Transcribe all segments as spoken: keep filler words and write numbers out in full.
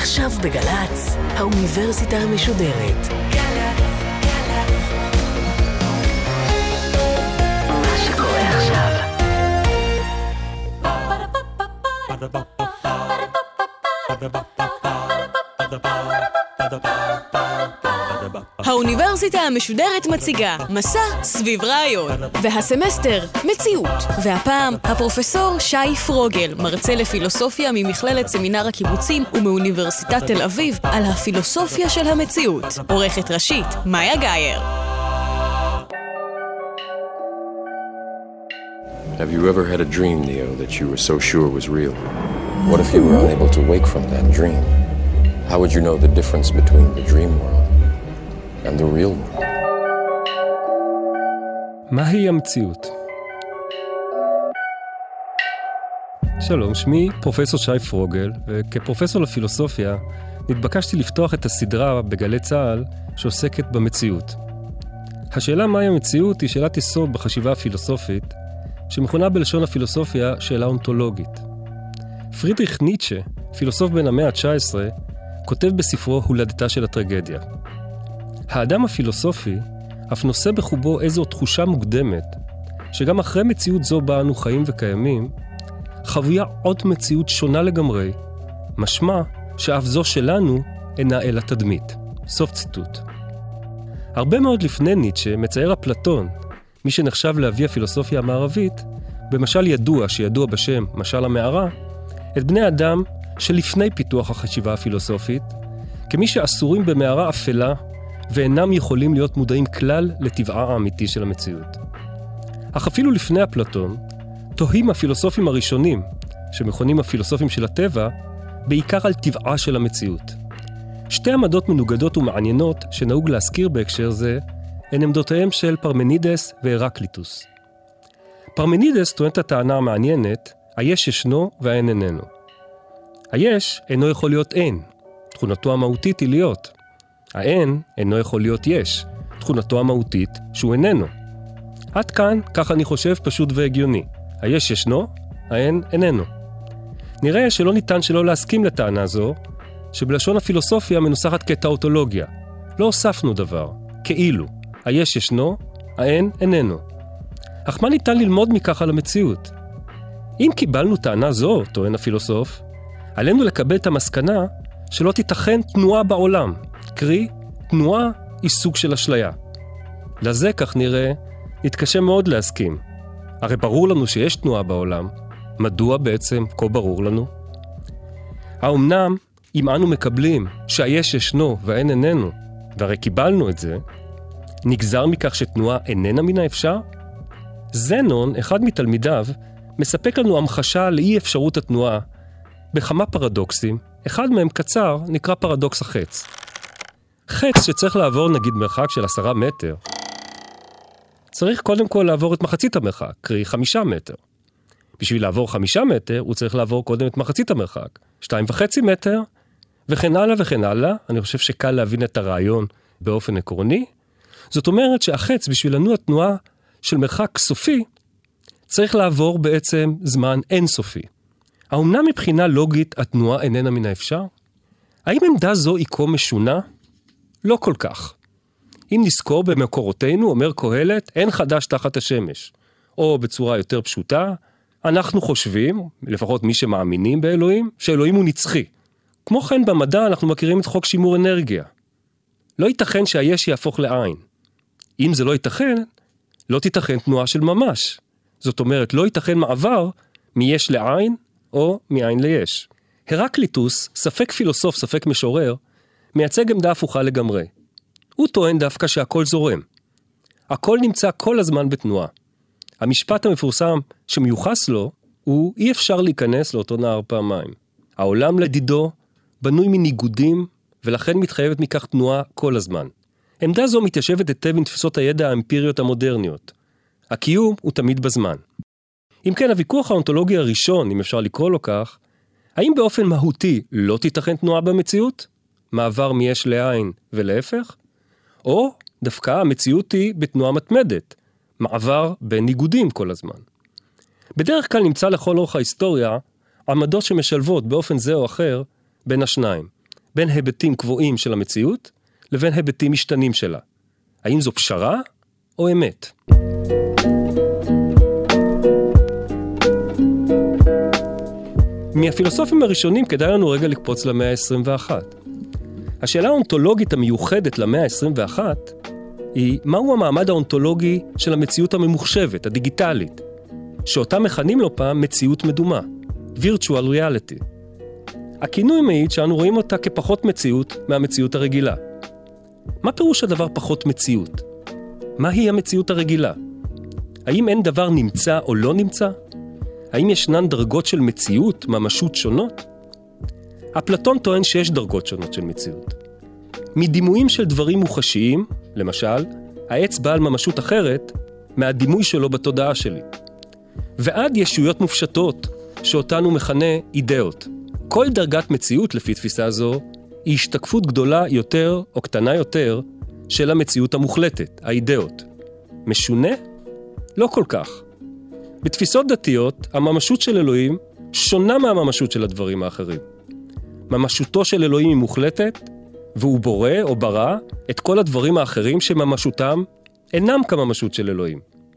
עכשיו בגלץ, האוניברסיטה המשודרת. מה שקורה עכשיו. האוניברסיטה המשודרת מציגה מסע סביב רעיון, והסמסטר מציאות, והפעם הפרופסור שי פרוגל, מרצה לפילוסופיה ממכללת סמינר הקיבוצים ומאוניברסיטת תל אביב, על הפילוסופיה של המציאות. עורכת ראשית מאיה גייר. Have you ever had a dream, Neo, that you were so sure was real? What if you were unable to wake from that dream? How would you know the difference between the dream world and the real world? מהי המציאות? שלום, שמי פרופסור שי פרוגל, וכפרופסור לפילוסופיה נתבקשתי לפתוח את הסדרה בגלי צהל שעוסקת במציאות. השאלה מהי המציאות היא שאלת יסוד בחשיבה הפילוסופית, שמכונה בלשון הפילוסופיה שאלה אונתולוגית. פרידריך ניטשה, פילוסוף בן המאה ה-תשע עשרה, כותב בספרו הולדתה של הטרגדיה. האדם הפילוסופי אף נושא בחובו איזו תחושה מוקדמת, שגם אחרי מציאות זו בה אנו חיים וקיימים, חוויה עוד מציאות שונה לגמרי, משמע שאף זו שלנו אינה אלא תדמית. סוף ציטוט. הרבה מאוד לפני ניטשה מצייר אפלטון, מי שנחשב לאבי הפילוסופיה המערבית, במשל ידוע שידוע בשם משל המערה, את בני אדם שלפני פיתוח החשיבה הפילוסופית, כמי שאסורים במערה אפלה ואינם יכולים להיות מודעים כלל לטבעה האמיתי של המציאות. אך אפילו לפני אפלטון, תוהים הפילוסופים הראשונים, שמכונים הפילוסופים של הטבע, בעיקר על טבעה של המציאות. שתי עמדות מנוגדות ומעניינות שנהוג להזכיר בהקשר זה, הן עמדותיהם של פרמנידס והרקליטוס. פרמנידס טוען את הטענה המעניינת, היש ישנו והאין איננו. היש אינו יכול להיות אין, תכונתו המהותית היא להיות. האין אינו יכול להיות יש, תכונתו המהותית שהוא איננו. עד כאן, כך אני חושב, פשוט והגיוני. היש ישנו, האין איננו. נראה שלא ניתן שלא להסכים לטענה זו, שבלשון הפילוסופיה מנוסחת כטאוטולוגיה. לא הוספנו דבר, כאילו. היש ישנו, האין איננו. אך מה ניתן ללמוד מכך על המציאות? אם קיבלנו טענה זו, טוען הפילוסוף, עלינו לקבל את המסקנה שלא תיתכן תנועה בעולם, קרי, תנועה היא סוג של אשליה. לזה, כך נראה, נתקשה מאוד להסכים. הרי ברור לנו שיש תנועה בעולם, מדוע בעצם כה ברור לנו? האמנם, אם אנו מקבלים שהיש ישנו והאין איננו, והרי קיבלנו את זה, נגזר מכך שתנועה איננה מן האפשר? זנון, אחד מתלמידיו, מספק לנו המחשה לאי אפשרות התנועה בכמה פרדוקסים, אחד מהם קצר נקרא פרדוקס החץ. חץ שצריך לעבור נגיד מרחק של עשרה מטר, צריך קודם כל לעבור את מחצית המרחק, קרי חמישה מטר. בשביל לעבור חמישה מטר הוא צריך לעבור קודם את מחצית המרחק, שתיים וחצי מטר, וכן הלאה וכן הלאה. אני חושב שקל להבין את הרעיון באופן עקרוני. זאת אומרת שהחץ בשביל לנוע תנועה של מרחק סופי, צריך לעבור בעצם זמן אינסופי. האמנם מבחינה לוגית התנועה איננה מן האפשר? האם עמדה זו היא כה משונה? לא כל כך. אם נזכור במקורותינו, אומר קהלת, אין חדש תחת השמש. או בצורה יותר פשוטה, אנחנו חושבים, לפחות מי שמאמינים באלוהים, שאלוהים הוא נצחי. כמו כן במדע אנחנו מכירים את חוק שימור אנרגיה. לא ייתכן שהיש יהפוך לעין. אם זה לא ייתכן, לא תיתכן תנועה של ממש. זאת אומרת, לא ייתכן מעבר מיש לעין או מעין ליש. הרקליטוס, ספק פילוסוף, ספק משורר, מייצג עמדה הפוכה לגמרי. הוא טוען דווקא שהכל זורם. הכל נמצא כל הזמן בתנועה. המשפט המפורסם שמיוחס לו הוא אי אפשר להיכנס לאותו נהר פעמיים. העולם לדידו בנוי מניגודים ולכן מתחייבת מכך תנועה כל הזמן. עמדה זו מתיישבת היטב עם תפיסות הידע האמפיריות המודרניות. הקיום הוא תמיד בזמן. אם כן, הוויכוח האונתולוגי הראשון, אם אפשר לקרוא לו כך, האם באופן מהותי לא תיתכן תנועה במציאות? מעבר מיש לעין ולהפך? או דווקא המציאות היא בתנועה מתמדת, מעבר בין ניגודים כל הזמן. בדרך כלל נמצא לכל אורך ההיסטוריה עמדות שמשלבות באופן זה או אחר בין השניים. בין היבטים קבועים של המציאות לבין היבטים משתנים שלה. האם זו פשרה או אמת? מהפילוסופים הראשונים כדאי לנו רגע לקפוץ למאה ה-עשרים ואחת. השאלה האונתולוגית המיוחדת למאה ה-עשרים ואחת היא מהו המעמד האונתולוגי של המציאות הממוחשבת, הדיגיטלית, שאותה מכנים לו פעם מציאות מדומה, virtual reality. הכינוי מעיד שאנו רואים אותה כפחות מציאות מהמציאות הרגילה. מה פירוש הדבר פחות מציאות? מהי המציאות הרגילה? האם אין דבר נמצא או לא נמצא? האם ישנן דרגות של מציאות, ממשות שונות? אפלטון טוען שיש דרגות שונות של מציאות. מדימויים של דברים מוחשיים, למשל, העץ בעל ממשות אחרת מהדימוי שלו בתודעה שלי. ועד ישויות מופשטות, שאותנו מכנה אידאות. כל דרגת מציאות לפי תפיסה זו, היא השתקפות גדולה יותר או קטנה יותר של המציאות המוחלטת, האידאות. משונה? לא כל כך. בתפיסות דתיות, הממשות של אלוהים שונה מהממשות של הדברים האחרים. ממשותו של אלוהים היא מוחלטת, והוא בורא או ברא את כל הדברים האחרים שממשותם אינם כממשות של אלוהים.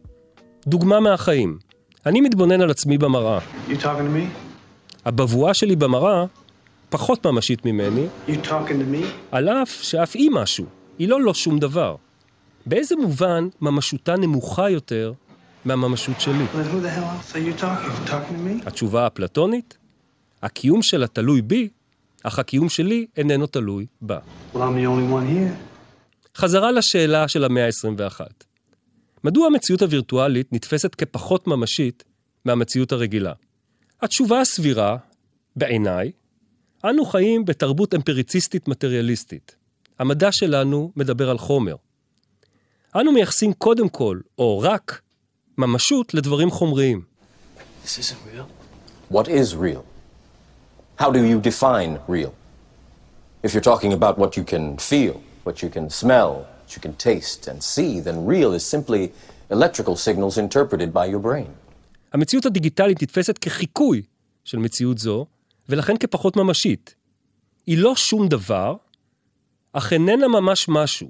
דוגמה מהחיים. אני מתבונן על עצמי במראה. You talking to me? הבבואה שלי במראה פחות ממשית ממני, You talking to me? על אף שאף היא משהו. היא לא לא שום דבר. באיזה מובן ממשותה נמוכה יותר מהממשות שלי? Well, who the hell else are you talking? You talking to me? התשובה האפלטונית, הקיום שלה תלוי בי, אך הקיום שלי איננו תלוי בה. Well, I'm the only one here. חזרה לשאלה של המאה ה-עשרים ואחת. מדוע המציאות הווירטואלית נתפסת כפחות ממשית מהמציאות הרגילה? התשובה הסבירה, בעיניי, אנו חיים בתרבות אמפיריציסטית מטריאליסטית. המדע שלנו מדבר על חומר. אנו מייחסים קודם כל, או רק, ממשות לדברים חומריים. This isn't real. What is real? How do you define real? If you're talking about what you can feel, what you can smell, what you can taste and see, then real is simply electrical signals interpreted by your brain. המציאות הדיגיטלית נתפסת כחיקוי של מציאות זו, ולכן כפחות ממשית. היא לא שום דבר, אך איננה ממש משהו,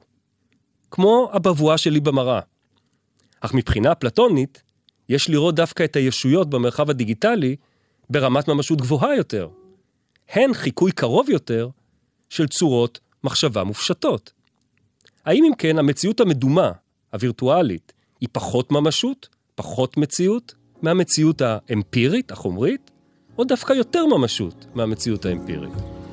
כמו הבבואה שלי במראה. אך מבחינה אפלטונית, יש לראות דווקא את הישויות במרחב הדיגיטלי ברמת ממשות גבוהה יותר. הן חיקוי קרוב יותר של צורות מחשבה מופשטות. האם אם כן המציאות המדומה, הווירטואלית, היא פחות ממשות, פחות מציאות, מהמציאות האמפירית, החומרית, או דווקא יותר ממשות מהמציאות האמפירית?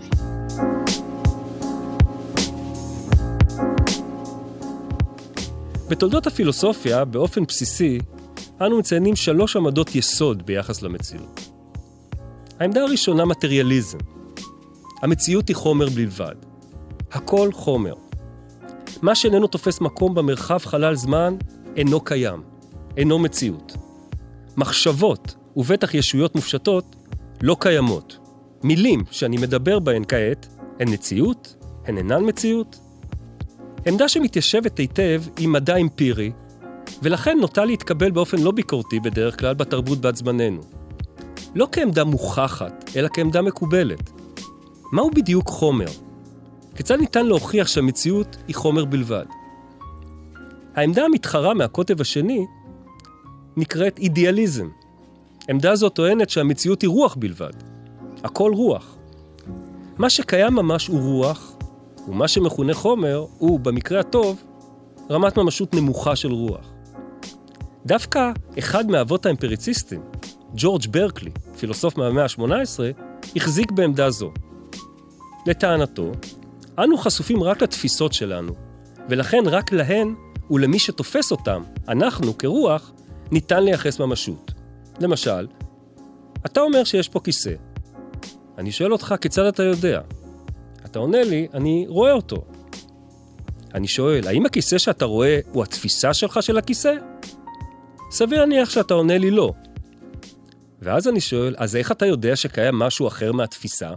בתולדות הפילוסופיה, באופן בסיסי, אנו מציינים שלוש עמדות יסוד ביחס למציאות. העמדה הראשונה, מטריאליזם. המציאות היא חומר בלבד. הכל חומר. מה שאיננו תופס מקום במרחב חלל זמן, אינו קיים, אינו מציאות. מחשבות ובטח ישויות מופשטות לא קיימות. מילים שאני מדבר בהן כעת, הן מציאות, הן אינן מציאות. עמדה שמתיישבת היטב היא מדע אמפירי, ולכן נוטה להתקבל באופן לא ביקורתי בדרך כלל בתרבות בת זמננו. לא כעמדה מוכחת, אלא כעמדה מקובלת. מהו בדיוק חומר? כיצד ניתן להוכיח שהמציאות היא חומר בלבד? העמדה המתחרה מהקוטב השני נקראת אידיאליזם. עמדה זו טוענת שהמציאות היא רוח בלבד. הכל רוח. מה שקיים ממש הוא רוח, ומה שמכונה חומר הוא, במקרה הטוב, רמת ממשות נמוכה של רוח. דווקא אחד מאבות האמפיריציסטים, ג'ורג' ברקלי, פילוסוף מהמאה ה-שמונה עשרה, החזיק בעמדה זו. לטענתו, אנו חשופים רק לתפיסות שלנו, ולכן רק להן ולמי שתופס אותם, אנחנו כרוח, ניתן לייחס ממשות. למשל, אתה אומר שיש פה כיסא. אני שואל אותך, כיצד אתה יודע? אתה עונה לי, אני רואה אותו. אני שואל, האם הכיסא שאתה רואה הוא התפיסה שלך של הכיסא? סביר להניח שאתה עונה לי לא. ואז אני שואל, אז איך אתה יודע שקיים משהו אחר מהתפיסה?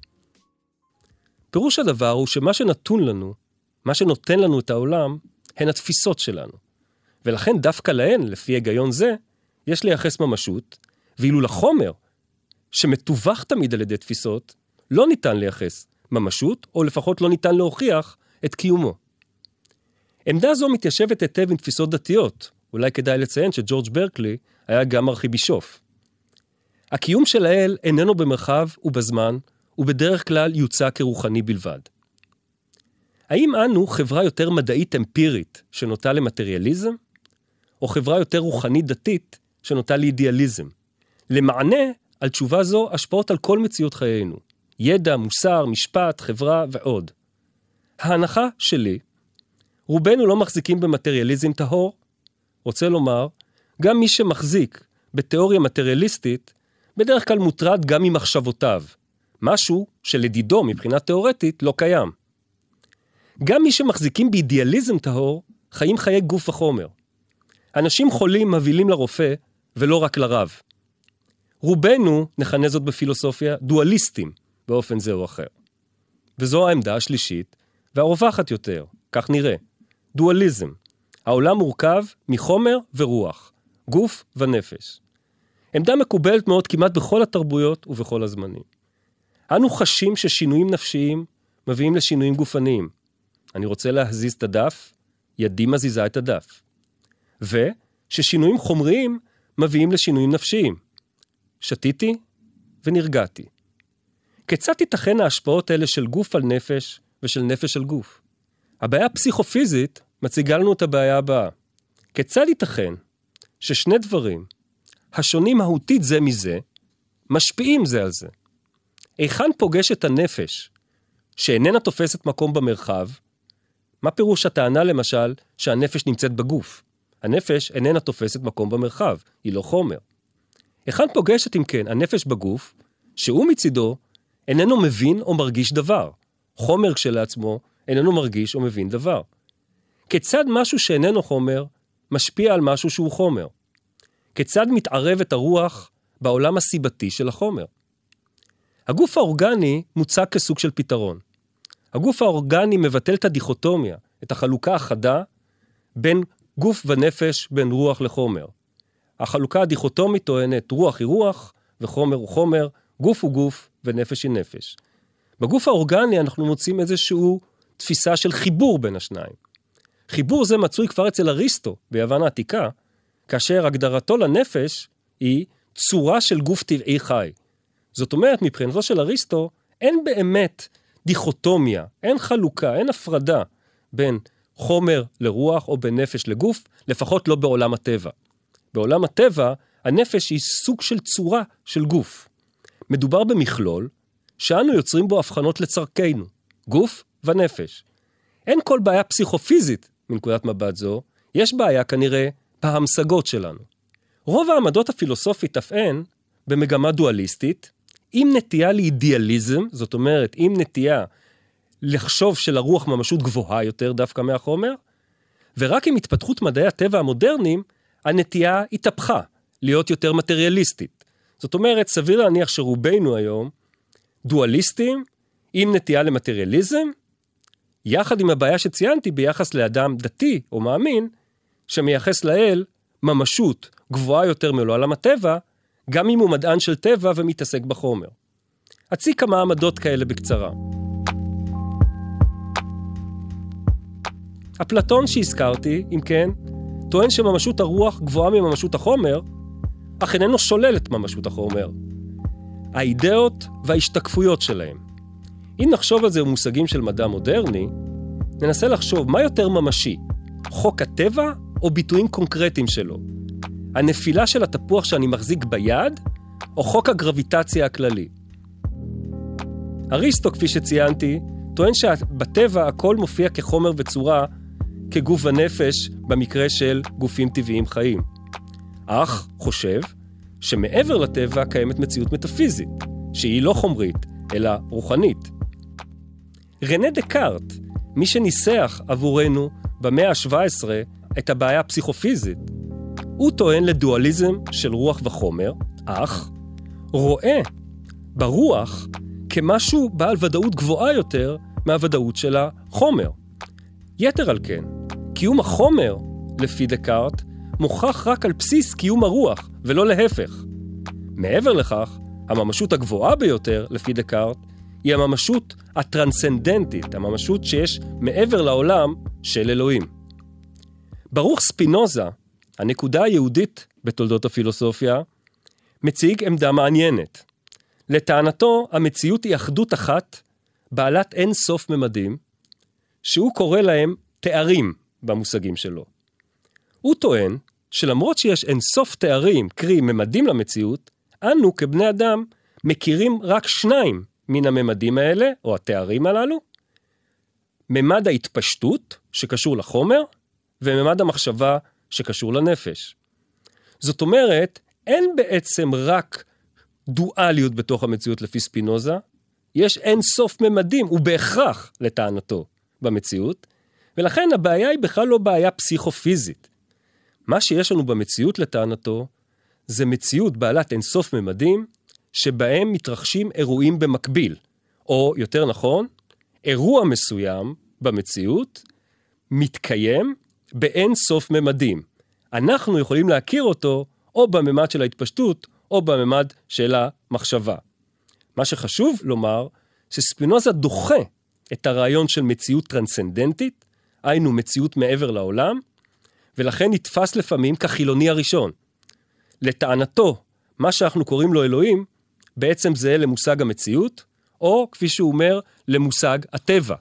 פירוש הדבר הוא שמה שנתון לנו, מה שנותן לנו את העולם, הן התפיסות שלנו. ולכן דווקא להן, לפי היגיון זה, יש לייחס ממשות, ואילו לחומר, שמתווך תמיד על ידי תפיסות, לא ניתן לייחס ממשות, או לפחות לא ניתן להוכיח את קיומו. עמדה זו מתיישבת היטב עם תפיסות דתיות. אולי כדאי לציין שג'ורג' ברקלי היה גם ארכיבישוף. הקיום של האל איננו במרחב ובזמן, ובדרך כלל יוצא כרוחני בלבד. האם אנו חברה יותר מדעית אמפירית שנוטה למטריאליזם, או חברה יותר רוחנית דתית שנוטה לאידיאליזם? למענה על תשובה זו השפעות על כל מציאות חיינו, ידע, מוסר, משפט, חברה ועוד. ההנחה שלי, רובנו לא מחזיקים במטריאליזם טהור, רוצה לומר, גם מי שמחזיק בתיאוריה מטריאליסטית, בדרך כלל מוטרד גם ממחשבותיו, משהו שלדידו מבחינה תיאורטית לא קיים. גם מי שמחזיקים באידיאליזם טהור, חיים חיי גוף וחומר. אנשים חולים מבילים לרופא ולא רק לרב. רובנו, נכנה זאת בפילוסופיה, דואליסטים באופן זה או אחר. וזו העמדה השלישית והרווחת יותר, כך נראה. דואליזם. העולם מורכב מחומר ורוח, גוף ונפש. עמדה מקובלת מאוד כמעט בכל התרבויות ובכל הזמנים. אנו חשים ששינויים נפשיים מביאים לשינויים גופניים. אני רוצה להזיז את הדף, ידי מזיזה את הדף. וששינויים חומריים מביאים לשינויים נפשיים. שתיתי ונרגעתי. כיצד תיתכן ההשפעות האלה של גוף על נפש ושל נפש על גוף? הבעיה הפסיכופיזית מציגה לנו את הבעיה הבאה. כיצד ייתכן ששני דברים, השונים מהותית זה מזה, משפיעים זה על זה? היכן פוגש את הנפש, שאיננה תופסת מקום במרחב? מה פירוש הטענה למשל שהנפש נמצאת בגוף? הנפש איננה תופסת מקום במרחב, היא לא חומר. היכן פוגשת אם כן הנפש בגוף, שהוא מצידו איננו מבין או מרגיש דבר. חומר כשלעצמו איננו מרגיש או מבין דבר. כיצד משהו שאיננו חומר משפיע על משהו שהוא חומר? כיצד מתערבת הרוח בעולם הסיבתי של החומר? הגוף האורגני מוצג כסוג של פתרון. הגוף האורגני מבטל את הדיכוטומיה, את החלוקה החדה בין גוף ונפש, בין רוח לחומר. החלוקה הדיכוטומית טוענת רוח היא רוח וחומר הוא חומר, גוף הוא גוף ונפש היא נפש. בגוף האורגני אנחנו מוצאים איזשהו תפיסה של חיבור בין השניים. חיבור זה מצוי כבר אצל אריסטו ביוון העתיקה, כאשר הגדרתו לנפש היא צורה של גוף טבעי חי. זאת אומרת, מבחינתו של אריסטו, אין באמת דיכוטומיה, אין חלוקה, אין הפרדה בין חומר לרוח או בין נפש לגוף, לפחות לא בעולם הטבע. בעולם הטבע, הנפש היא סוג של צורה של גוף. מדובר במכלול, שאנו יוצרים בו הבחנות לצרכנו, גוף ונפש. אין כל בעיה פסיכופיזית מנקודת מבט זו, יש בעיה כנראה בהמשגות שלנו. רוב העמדות הפילוסופית אף הן במגמה דואליסטית, עם נטייה לאידיאליזם, זאת אומרת, עם נטייה לחשוב שלרוח ממשות גבוהה יותר דווקא מהחומר, ורק עם התפתחות מדעי הטבע המודרניים, הנטייה התהפכה להיות יותר מטריאליסטית. זאת אומרת, סביר להניח שרובנו היום דואליסטים, עם נטייה למטריאליזם, יחד עם הבעיה שציינתי ביחס לאדם דתי או מאמין, שמייחס לאל ממשות גבוהה יותר מעולם הטבע, גם אם הוא מדען של טבע ומתעסק בחומר. אציג כמה עמדות כאלה בקצרה. אפלטון שהזכרתי, אם כן, טוען שממשות הרוח גבוהה מממשות החומר, אך איננו שולל את ממשות החומר. האידאות וההשתקפויות שלהם. אם נחשוב על זה במושגים של מדע מודרני, ננסה לחשוב מה יותר ממשי, חוק הטבע או ביטויים קונקרטיים שלו. הנפילה של התפוח שאני מחזיק ביד, או חוק הגרביטציה הכללי. אריסטו, כפי שציינתי, טוען שבטבע הכל מופיע כחומר וצורה, כגוף ונפש במקרה של גופים טבעיים חיים. אך חושב שמעבר לטבע קיימת מציאות מטאפיזית, שהיא לא חומרית, אלא רוחנית. רנה דקארט, מי שניסח עבורנו במאה ה-שבע עשרה את הבעיה הפסיכופיזית, הוא טוען לדואליזם של רוח וחומר, אך רואה ברוח כמשהו בעל ודאות גבוהה יותר מהוודאות של החומר. יתר על כן, קיום החומר, לפי דקארט, מוכח רק על בסיס קיום הרוח, ולא להפך. מעבר לכך, הממשות הגבוהה ביותר, לפי דקארט, היא הממשות הטרנסצנדנטית, הממשות שיש מעבר לעולם של אלוהים. ברוך ספינוזה, הנקודה היהודית בתולדות הפילוסופיה, מציג עמדה מעניינת. לטענתו, המציאות היא אחדות אחת, בעלת אין סוף ממדים, שהוא קורא להם תארים במושגים שלו. הוא טוען שלמרות שיש אין סוף תארים, קרי ממדים למציאות, אנו כבני אדם מכירים רק שניים מן הממדים האלה, או התארים הללו, ממד ההתפשטות שקשור לחומר, וממד המחשבה שקשור לנפש. זאת אומרת, אין בעצם רק דואליות בתוך המציאות לפי ספינוזה, יש אין סוף ממדים, ובהכרח לטענתו במציאות, ולכן הבעיה היא בכלל לא בעיה פסיכופיזית. מה שיש לנו במציאות לטענתו, זה מציאות בעלת אין סוף ממדים, שבהם מתרחשים אירועים במקביל, או יותר נכון, אירוע מסוים במציאות, מתקיים באין סוף ממדים. אנחנו יכולים להכיר אותו, או בממד של ההתפשטות, או בממד של המחשבה. מה שחשוב לומר, שספינוזה דוחה את הרעיון של מציאות טרנסצנדנטית, היינו מציאות מעבר לעולם, ולכן נתפס לפעמים כחילוני הראשון. לטענתו, מה שאנחנו קוראים לו אלוהים, בעצם זה למושג המציאות, או כפי שהוא אומר, למושג הטבע.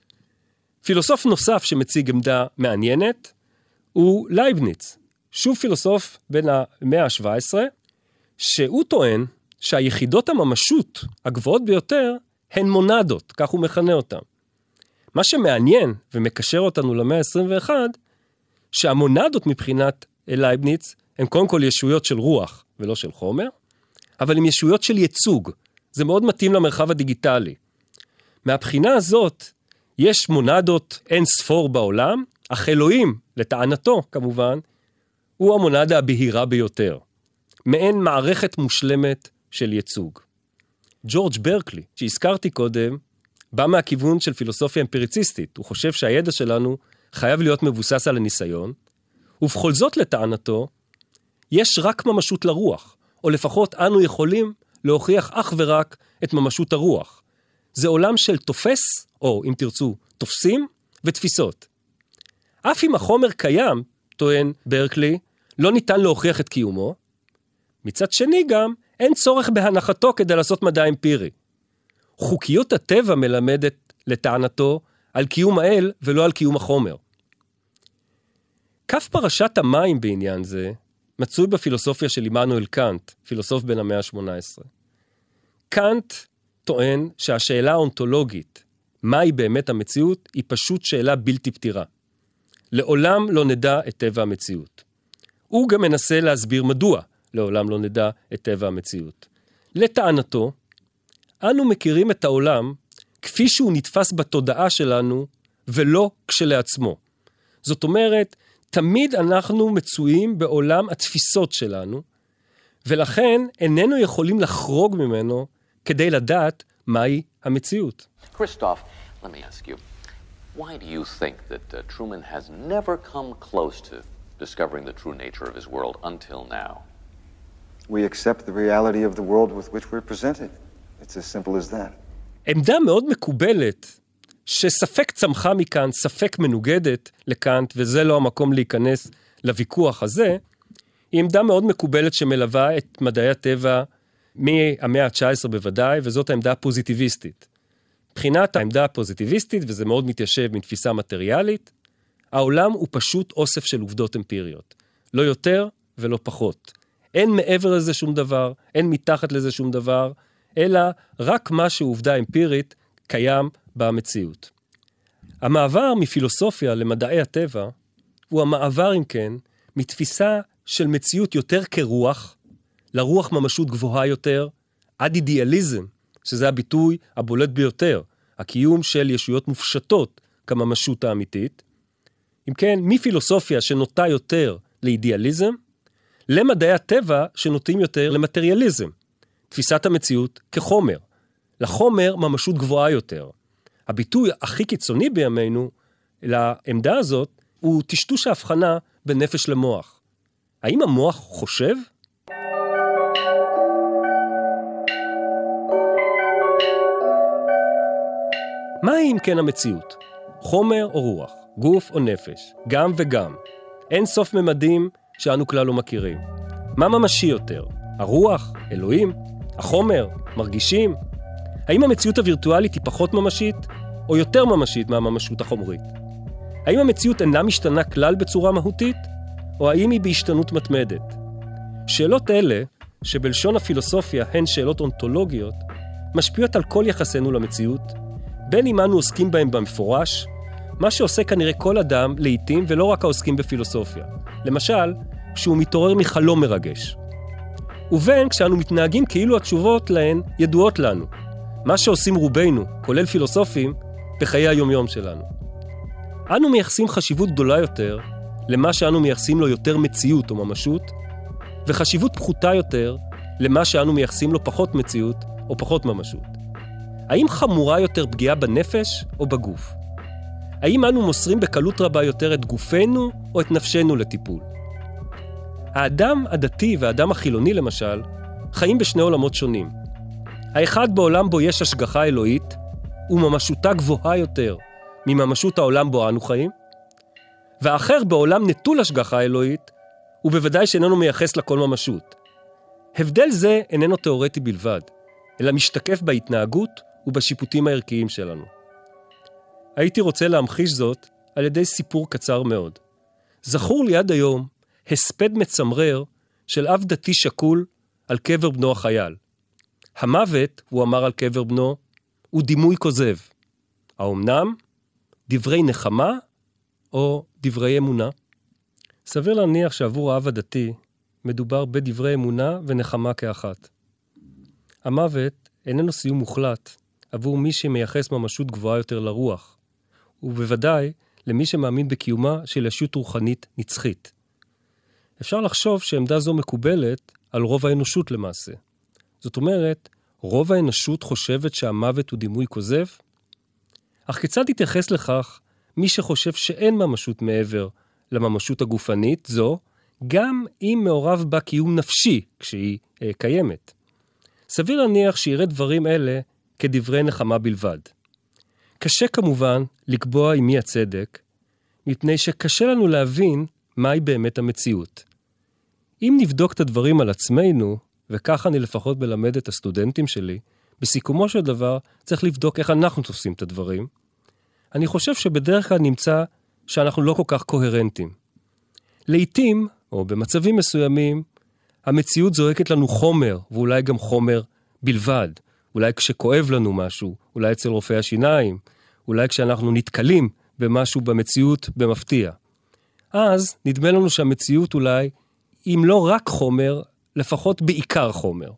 פילוסוף נוסף שמציג עמדה מעניינת, הוא לייבניץ, שוב פילוסוף בין המאה ה-שבע עשרה, שהוא טוען שהיחידות הממשות הגבוהות ביותר הן מונדות, כך הוא מכנה אותן. מה שמעניין ומקשר אותנו למאה ה-עשרים ואחת, שהמונדות מבחינת לייבניץ הן קודם כל ישויות של רוח ולא של חומר, אבל הן ישויות של ייצוג. זה מאוד מתאים למרחב הדיגיטלי. מהבחינה הזאת, יש מונדות אין ספור בעולם, אך אלוהים, לטענתו כמובן, הוא המונדה הבהירה ביותר. מעין מערכת מושלמת של ייצוג. ג'ורג' ברקלי, שהזכרתי קודם, בא מהכיוון של פילוסופיה אמפיריציסטית. הוא חושב שהידע שלנו חייב להיות מבוסס על הניסיון, ובכל זאת לטענתו, יש רק ממשות לרוח, או לפחות אנו יכולים להוכיח אך ורק את ממשות הרוח. זה עולם של תופס, או אם תרצו, תופסים ותפיסות. אף אם החומר קיים, טוען ברקלי, לא ניתן להוכיח את קיומו. מצד שני גם, אין צורך בהנחתו כדי לעשות מדע אמפירי. חוקיות הטבע מלמדת לטענתו על קיום האל ולא על קיום החומר. כף פרשת המים בעניין זה מצוי בפילוסופיה של עמנואל קאנט, פילוסוף בן המאה ה-שמונה עשרה. קאנט טוען שהשאלה האונתולוגית, מהי באמת המציאות, היא פשוט שאלה בלתי פתירה. לעולם לא נדע את טבע המציאות. הוא גם מנסה להסביר מדוע לעולם לא נדע את טבע המציאות. לטענתו, אנו מכירים את העולם כפי שהוא נתפס בתודעה שלנו ולא כשלעצמו. זאת אומרת, תמיד אנחנו מצויים בעולם התפיסות שלנו, ולכן איננו יכולים לחרוג ממנו כדי לדעת מהי המציאות. Christoph, let me ask you, why do you think that uh, Truman has never come close to discovering the true nature of his world until now? We accept the reality of the world with which we're presented. It's as simple as that. עמדה מאוד מקובלת, שספק צמחה מכאן, ספק מנוגדת לקאנט, וזה לא המקום להיכנס לוויכוח הזה, היא עמדה מאוד מקובלת שמלווה את מדעי הטבע מהמאה ה-תשע עשרה בוודאי, וזאת העמדה הפוזיטיביסטית. מבחינת העמדה הפוזיטיביסטית, וזה מאוד מתיישב מתפיסה מטריאלית, העולם הוא פשוט אוסף של עובדות אמפיריות. לא יותר ולא פחות. אין מעבר לזה שום דבר, אין מתחת לזה שום דבר, אלא רק מה שעובדה אמפירית קיים במציאות. המעבר מפילוסופיה למדעי הטבע, הוא המעבר אם כן, מתפיסה של מציאות יותר כרוח, לרוח ממשות גבוהה יותר, עד אידיאליזם, שזה הביטוי הבולט ביותר, הקיום של ישויות מופשטות כממשות האמיתית. אם כן, מפילוסופיה שנוטה יותר לאידיאליזם, למדעי הטבע שנוטים יותר למטריאליזם, תפיסת המציאות כחומר. לחומר ממשות גבוהה יותר. הביטוי הכי קיצוני בימינו לעמדה הזאת הוא טשטוש ההבחנה בין נפש למוח. האם המוח חושב? מהי אם כן המציאות? חומר או רוח? גוף או נפש? גם וגם. אין סוף ממדים שאנו כלל לא מכירים. מה ממשי יותר? הרוח? אלוהים? החומר? מרגישים? האם המציאות הווירטואלית היא פחות ממשית או יותר ממשית מהממשות החומרית? האם המציאות אינה משתנה כלל בצורה מהותית או האם היא בהשתנות מתמדת? שאלות אלה, שבלשון הפילוסופיה הן שאלות אונתולוגיות, משפיעות על כל יחסנו למציאות, בין אם אנו עוסקים בהם במפורש, מה שעושה כנראה כל אדם לעתים ולא רק העוסקים בפילוסופיה. למשל, כשהוא מתעורר מחלום מרגש. ובין כשאנו מתנהגים כאילו התשובות להן ידועות לנו. מה שעושים רובנו, כולל פילוסופים, בחיי היומיום שלנו. אנו מייחסים חשיבות גדולה יותר למה שאנו מייחסים לו יותר מציאות או ממשות, וחשיבות פחותה יותר למה שאנו מייחסים לו פחות מציאות או פחות ממשות. האם חמורה יותר פגיעה בנפש או בגוף? האם אנו מוסרים בקלות רבה יותר את גופנו או את נפשנו לטיפול? האדם הדתי והאדם החילוני למשל חיים בשני עולמות שונים. האחד בעולם בו יש השגחה אלוהית וממשותה גבוהה יותר מממשות העולם בו אנו חיים, והאחר בעולם נטול השגחה אלוהית ובוודאי שאיננו מייחס לכל ממשות. הבדל זה איננו תיאורטי בלבד, אלא משתקף בהתנהגות ובשיפוטים הערכיים שלנו. הייתי רוצה להמחיש זאת על ידי סיפור קצר מאוד. זכור לי עד היום הספד מצמרר של אב דתי שקול על קבר בנו החייל. המוות, הוא אמר על קבר בנו, הוא דימוי כוזב. האומנם? דברי נחמה או דברי אמונה? סביר להניח שעבור האב הדתי מדובר בדברי אמונה ונחמה כאחת. המוות איננו סיום מוחלט עבור מי שמייחס ממשות גבוהה יותר לרוח, ובוודאי למי שמאמין בקיומה של ישות רוחנית נצחית. אפשר לחשוב שעמדה זו מקובלת על רוב האנושות למעשה. זאת אומרת, רוב האנושות חושבת שהמוות הוא דימוי כוזב, אך כיצד יתייחס לכך מי שחושב שאין ממשות מעבר לממשות הגופנית זו, גם אם מעורב בה קיום נפשי כשהיא אה, קיימת? סביר להניח שיראה דברים אלה כדברי נחמה בלבד. קשה כמובן לקבוע עם מי הצדק, מפני שקשה לנו להבין מהי באמת המציאות. אם נבדוק את הדברים על עצמנו, וכך אני לפחות מלמד את הסטודנטים שלי, בסיכומו של דבר צריך לבדוק איך אנחנו תופסים את הדברים. אני חושב שבדרך כלל נמצא שאנחנו לא כל כך קוהרנטים. לעתים, או במצבים מסוימים, המציאות זועקת לנו חומר, ואולי גם חומר בלבד. אולי כשכואב לנו משהו, אולי אצל רופאי השיניים, אולי כשאנחנו נתקלים במשהו במציאות במפתיע. אז נדמה לנו שהמציאות אולי, אם לא רק חומר, לפחות בעיקר חומר.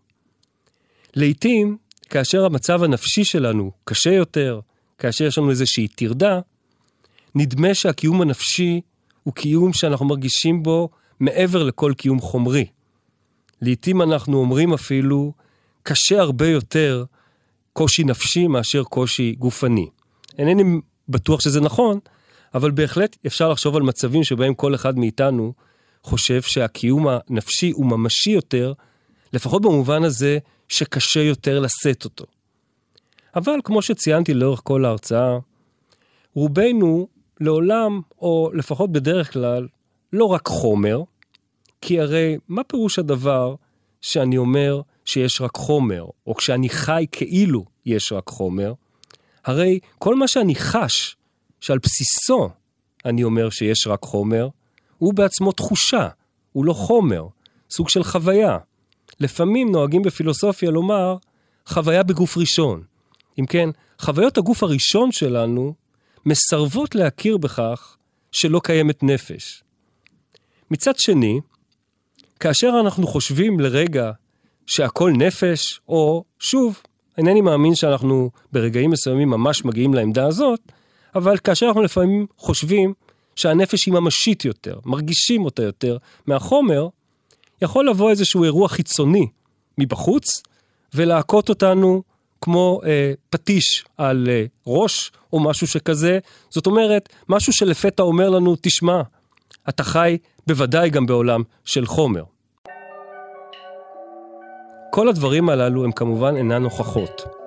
לעתים, כאשר המצב הנפשי שלנו קשה יותר, כאשר יש לנו איזושהי תרדה, נדמה שהקיום הנפשי הוא קיום שאנחנו מרגישים בו מעבר לכל קיום חומרי. לעתים אנחנו אומרים אפילו, קשה הרבה יותר קושי נפשי מאשר קושי גופני. אינני בטוח שזה נכון, אבל בהחלט אפשר לחשוב על מצבים שבהם כל אחד מאיתנו חושב שהקיום הנפשי הוא ממשי יותר, לפחות במובן הזה שקשה יותר לשאת אותו. אבל כמו שציינתי לאורך כל ההרצאה, רובנו לעולם, או לפחות בדרך כלל, לא רק חומר, כי הרי מה פירוש הדבר שאני אומר שיש רק חומר, או כשאני חי כאילו יש רק חומר? הרי כל מה שאני חש, שעל בסיסו אני אומר שיש רק חומר, הוא בעצמו תחושה, הוא לא חומר, סוג של חוויה. לפעמים נוהגים בפילוסופיה לומר, חוויה בגוף ראשון. אם כן, חוויות הגוף הראשון שלנו מסרבות להכיר בכך שלא קיימת נפש. מצד שני, כאשר אנחנו חושבים לרגע שהכל נפש, או שוב, אינני מאמין שאנחנו ברגעים מסוימים ממש מגיעים לעמדה הזאת, אבל כאשר אנחנו לפעמים חושבים שהנפש היא ממשית יותר, מרגישים אותה יותר מהחומר, יכול לבוא איזשהו אירוע חיצוני מבחוץ, ולהכות אותנו כמו אה, פטיש על אה, ראש, או משהו שכזה. זאת אומרת, משהו שלפתע אומר לנו, תשמע, אתה חי בוודאי גם בעולם של חומר. כל הדברים הללו הם כמובן אינן הוכחות.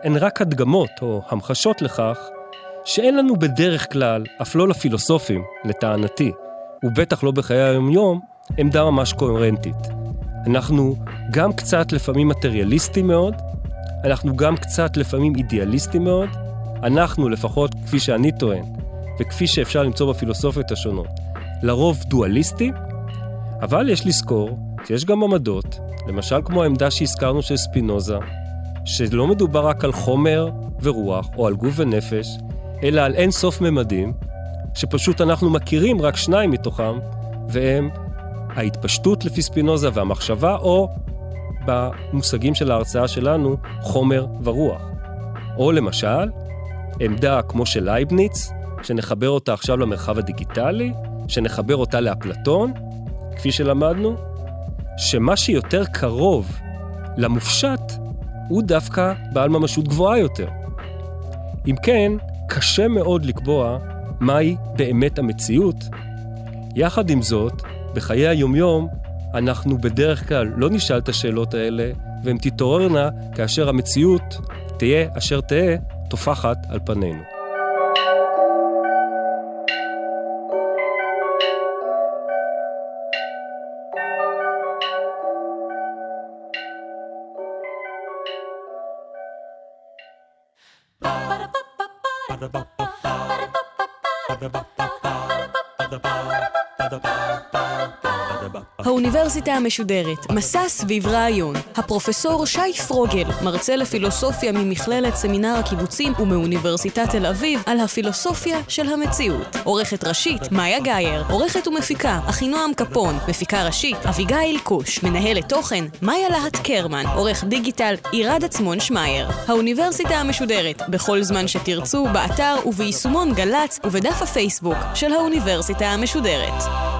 הן רק הדגמות או המחשות לכך שאין לנו בדרך כלל, אף לא לפילוסופים, לטענתי, ובטח לא בחיי היום-יום, עמדה ממש קוהרנטית. אנחנו גם קצת לפעמים מטריאליסטים מאוד, אנחנו גם קצת לפעמים אידיאליסטים מאוד, אנחנו לפחות, כפי שאני טוען, וכפי שאפשר למצוא בפילוסופיות השונות, לרוב דואליסטים, אבל יש לזכור שיש גם עמדות, למשל כמו העמדה שהזכרנו של ספינוזה, שלא מדובר רק על חומר ורוח, או על גוף ונפש, אלא על אין סוף ממדים, שפשוט אנחנו מכירים רק שניים מתוכם, והם ההתפשטות לפי ספינוזה והמחשבה, או במושגים של ההרצאה שלנו, חומר ורוח. או למשל, עמדה כמו של לייבניץ, שנחבר אותה עכשיו למרחב הדיגיטלי, שנחבר אותה לאפלטון, כפי שלמדנו, שמה שיותר קרוב למופשט, הוא דווקא בעל ממשות גבוהה יותר. אם כן, קשה מאוד לקבוע מהי באמת המציאות. יחד עם זאת, בחיי היומיום, אנחנו בדרך כלל לא נשאל את השאלות האלה, והן תתעוררנה כאשר המציאות תהיה אשר תהיה תופחת על פנינו. האוניברסיטה המשודרת, מסע סביב רעיון. הפרופסור שי פרוגל, מרצה לפילוסופיה ממכללת סמינר הקיבוצים ומאוניברסיטת תל אביב, על הפילוסופיה של המציאות. עורכת ראשית, מאיה גייר. עורכת ומפיקה, אחינועם קפון. מפיקה ראשית, אביגיל קוש. מנהלת תוכן, מאיה להט קרמן. עורך דיגיטל, אירד עצמון שמייר. האוניברסיטה המשודרת, בכל זמן שתרצו, באתר וביישומון גלץ ובדף הפייסבוק של האוניברסיטה המשודרת.